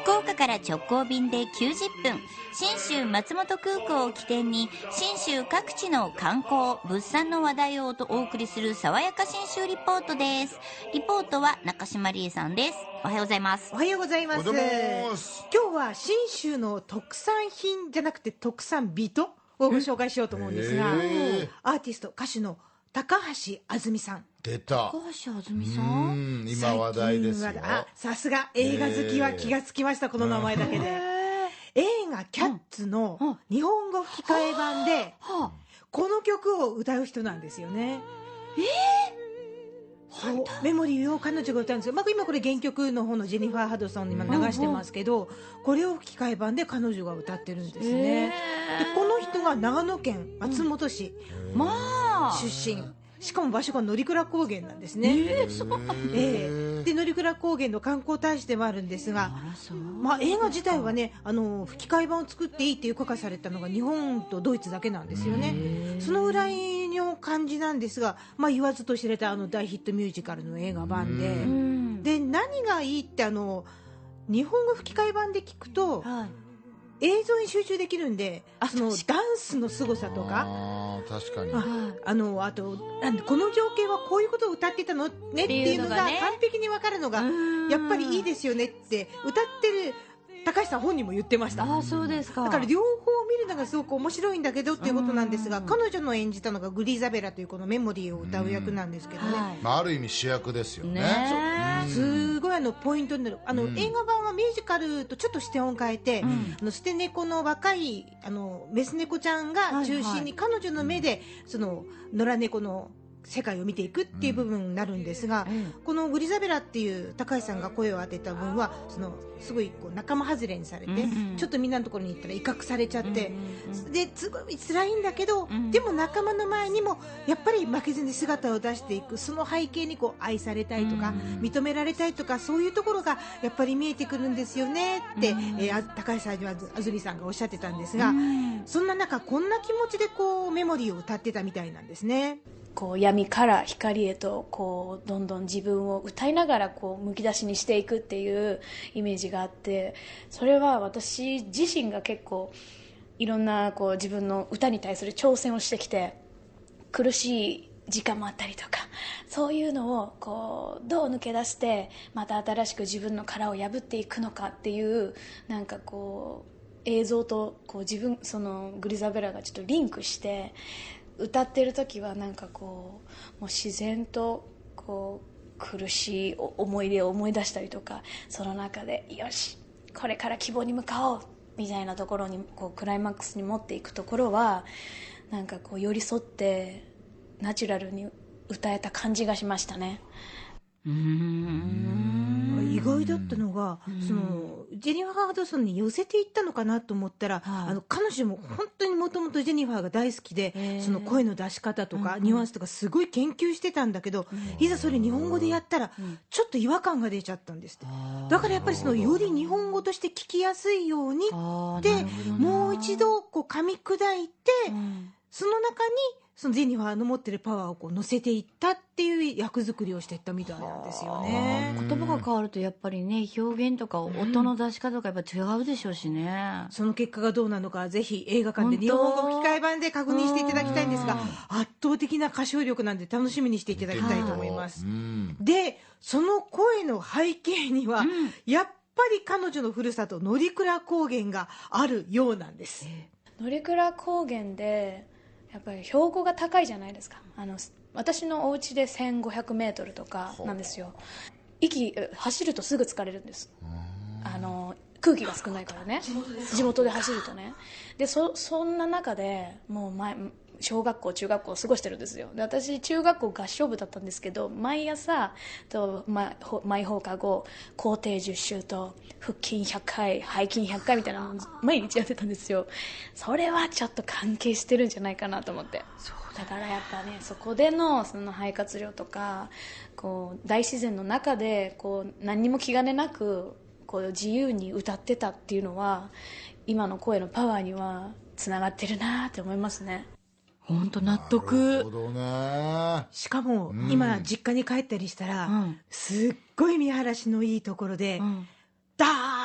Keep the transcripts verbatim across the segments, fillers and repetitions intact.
福岡から直行便できゅうじゅっぷん、信州松本空港を起点に信州各地の観光物産の話題をお送りする爽やか信州リポートです。リポートは中島理恵さんです。おはようございます。 おはようございます。 おはようございます。 今日は信州の特産品じゃなくて特産人をご紹介しようと思うんですが、アーティスト歌手の高橋あずみさん。 出た。 高橋あずみさん、 うん今話題ですよ。 あ、さすが映画好きは気がつきました、この名前だけで。映画キャッツの日本語吹き替え版でこの曲を歌う人なんですよね。 えそうメモリーを彼女が歌うんですよ、まあ、今これ原曲の方のジェニファー・ハドソンに今流してますけど、これを吹き替え版で彼女が歌ってるんですね。でこの人が長野県松本市出身、しかも場所が乗鞍高原なんですね。えー、そうえー、で乗鞍高原の観光大使でもあるんですが、まあ、映画自体はね、あの吹き替え版を作っていいって許可されたのが日本とドイツだけなんですよね。そのぐらいの感じなんですが、まあ、言わずと知れたあの大ヒットミュージカルの映画版で、で何がいいってあの日本語吹き替え版で聞くと、はい、映像に集中できるんで、そのダンスの凄さとか、 あ確かにあ, あのあとこの情景はこういうことを歌ってたのねっていうのが完璧に分かるのがやっぱりいいですよねって歌ってる高橋さん本人も言ってました。 あ、そうですか。 だから両方見るのがすごく面白いんだけどっていうことなんですが、彼女の演じたのがグリザベラというこのメモリーを歌う役なんですけどね、はい、 まあ、ある意味主役ですよ ね, ねすごいあのポイントになるあの、うん、映画版はミュージカルとちょっと視点を変えて、うん、あの捨て猫の若いあのメス猫ちゃんが中心に彼女の目で、はいはい、その野良猫の世界を見ていくっていう部分になるんですが、うん、このグリザベラっていう高橋さんが声を当てた分はそのすごいこう仲間外れにされて、うんうん、ちょっとみんなのところに行ったら威嚇されちゃって、うんうん、ですごい辛いんだけど、うん、でも仲間の前にもやっぱり負けずに姿を出していく、その背景にこう愛されたいとか、うん、認められたいとか、そういうところがやっぱり見えてくるんですよねって、うんえー、高橋さんにはあずみさんがおっしゃってたんですが、うん、そんな中こんな気持ちでこうメモリーを歌ってたみたいなんですね。 こう闇から光へとこうどんどん自分を歌いながらこうむき出しにしていくっていうイメージがあって、それは私自身が結構いろんなこう自分の歌に対する挑戦をしてきて、苦しい時間もあったりとか、そういうのをこうどう抜け出してまた新しく自分の殻を破っていくのかっていう、なんかこう映像とこう自分そのグリザベラがちょっとリンクして歌ってる時はなんかこうもう自然とこう苦しい思い出を思い出したりとか、その中でよしこれから希望に向かおうみたいなところにこうクライマックスに持っていくところはなんかこう寄り添ってナチュラルに歌えた感じがしましたね。 うーん意外だったのが、そのジェニファー・ハドソンに寄せていったのかなと思ったら、はい、あの彼女も本当にもともとジェニファーが大好きで、その声の出し方とかニュアンスとかすごい研究してたんだけど、いざそれ日本語でやったらちょっと違和感が出ちゃったんですって。だからやっぱりそのより日本語として聞きやすいようにってもう一度こう噛み砕いて、その中にそのジェニファーの持ってるパワーをこう乗せていったっていう役作りをしていったみたいなんですよね。 言葉が変わるとやっぱりね、表現とか音の出し方がやっぱ違うでしょうしね、うん、 その結果がどうなのかぜひ映画館で日本語吹き替え版で確認していただきたいんですが、圧倒的な歌唱力なんで楽しみにしていただきたいと思います、うん、でその声の背景には、うん、やっぱり彼女のふるさと乗鞍高原があるようなんです。 乗鞍高原でやっぱり標高が高いじゃないですか。あの私のお家でせんごひゃくメートルとかなんですよ。息走るとすぐ疲れるんです。あの空気が少ないからね、地元で走るとね。で そ, そんな中でもう前小学校中学校を過ごしてるんですよ。で私中学校合唱部だったんですけど、毎朝と毎放課後校庭じゅっ周と腹筋ひゃっかい背筋ひゃっかいみたいなのを毎日やってたんですよ。それはちょっと関係してるんじゃないかなと思って。だからやっぱね、そこでのその肺活量とかこう大自然の中でこう何にも気兼ねなくこう自由に歌ってたっていうのは今の声のパワーにはつながってるなって思いますね。 本当納得。 なるほどね。 しかも、うん、今実家に帰ったりしたら、うん、すっごい見晴らしのいいところで、うん、ダーッ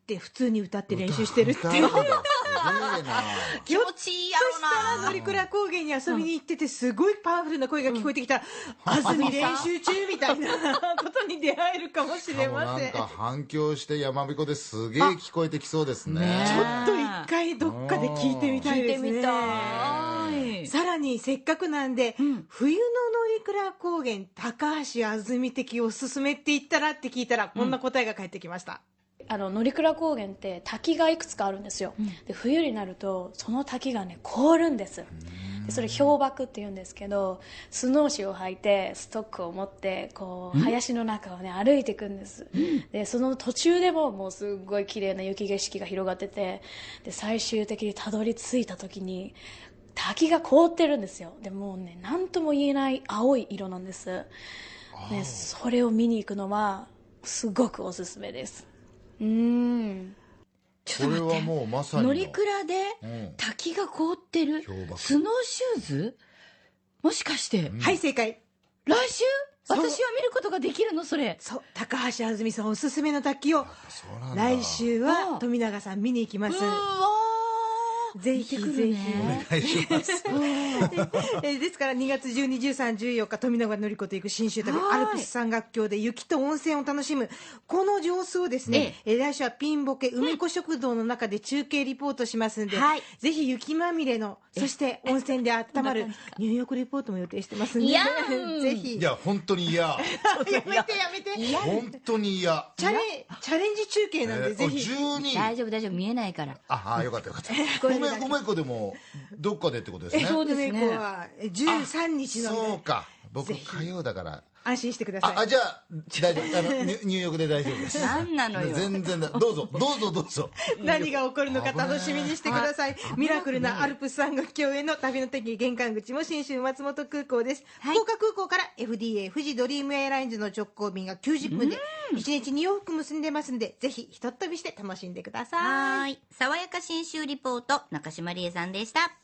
って普通に歌って練習してるって歌うんだすげえな気持ちいいやろそしたら乗鞍高原に遊びに行っててすごいパワフルな声が聞こえてきたら、安住練習中みたいなことに出会えるかもしれません。 なんか反響して山彦ですげえ聞こえてきそうですね。 ねちょっと一回どっかで聞いてみたいですね。 聞いてみたい。 さらにせっかくなんで、 ん冬の乗鞍高原高橋安住的おすすめって言ったらって聞いたら、こんな答えが返ってきました。 あの乗鞍高原って滝がいくつかあるんですよ、で冬になるとその滝がね凍るんです。でそれ氷瀑っていうんですけど、スノーシューを履いてストックを持ってこう林の中をね歩いていくんです、でその途中でももうすっごい綺麗な雪景色が広がってて、で最終的にたどり着いた時に滝が凍ってるんですよ。でもうね何とも言えない青い色なんです、ね、それを見に行くのはすごくおすすめです。うーんこれはもうまさにの乗鞍でうん滝が凍ってる氷瀑スノーシューズ、もしかしてはい正解。 来週そう私は見ることができるのそれ。 そう高橋安住さんおすすめの滝をそうなんだ来週はあ富永さん見に行きます。 うわぜひぜひ、 お願いしますえーですからにがつじゅうに、じゅうさん、じゅうよっか富永典子と行く新州旅、 はいアルプス山岳橋で雪と温泉を楽しむこの様子をですね、えー来週はピンボケ梅子食堂の中で中継リポートしますんで、 はいぜひ雪まみれのそして温泉で温まるニューヨークリポートも予定してますんで、 いやーぜひいや本当に嫌やめてやめて本当に嫌チャレチャレンジ中継なんで、 えーぜひじゅうに大丈夫大丈夫見えないから。 ああよかったよかった梅梅子でもどっかでってことですね。 そうですね梅子はえーじゅうさんにちなのでそうか僕ぜひ火曜だから安心してください。 ああじゃあ大丈夫あのニュ入浴で大丈夫です。 何なのよ全然だどうぞどうぞどうぞ。 何が起こるのか楽しみにしてください。ミラクルなアルプス山岳橋への旅の時玄関口も信州松本空港です、 はい福岡空港から エフディーエー 富士ドリームエアラインズの直行便がきゅうじゅっぷんでいちにちに往復結んでますんで、ぜひひとっ飛びして楽しんでください。 はーい。爽やか新州リポート中島理恵さんでした。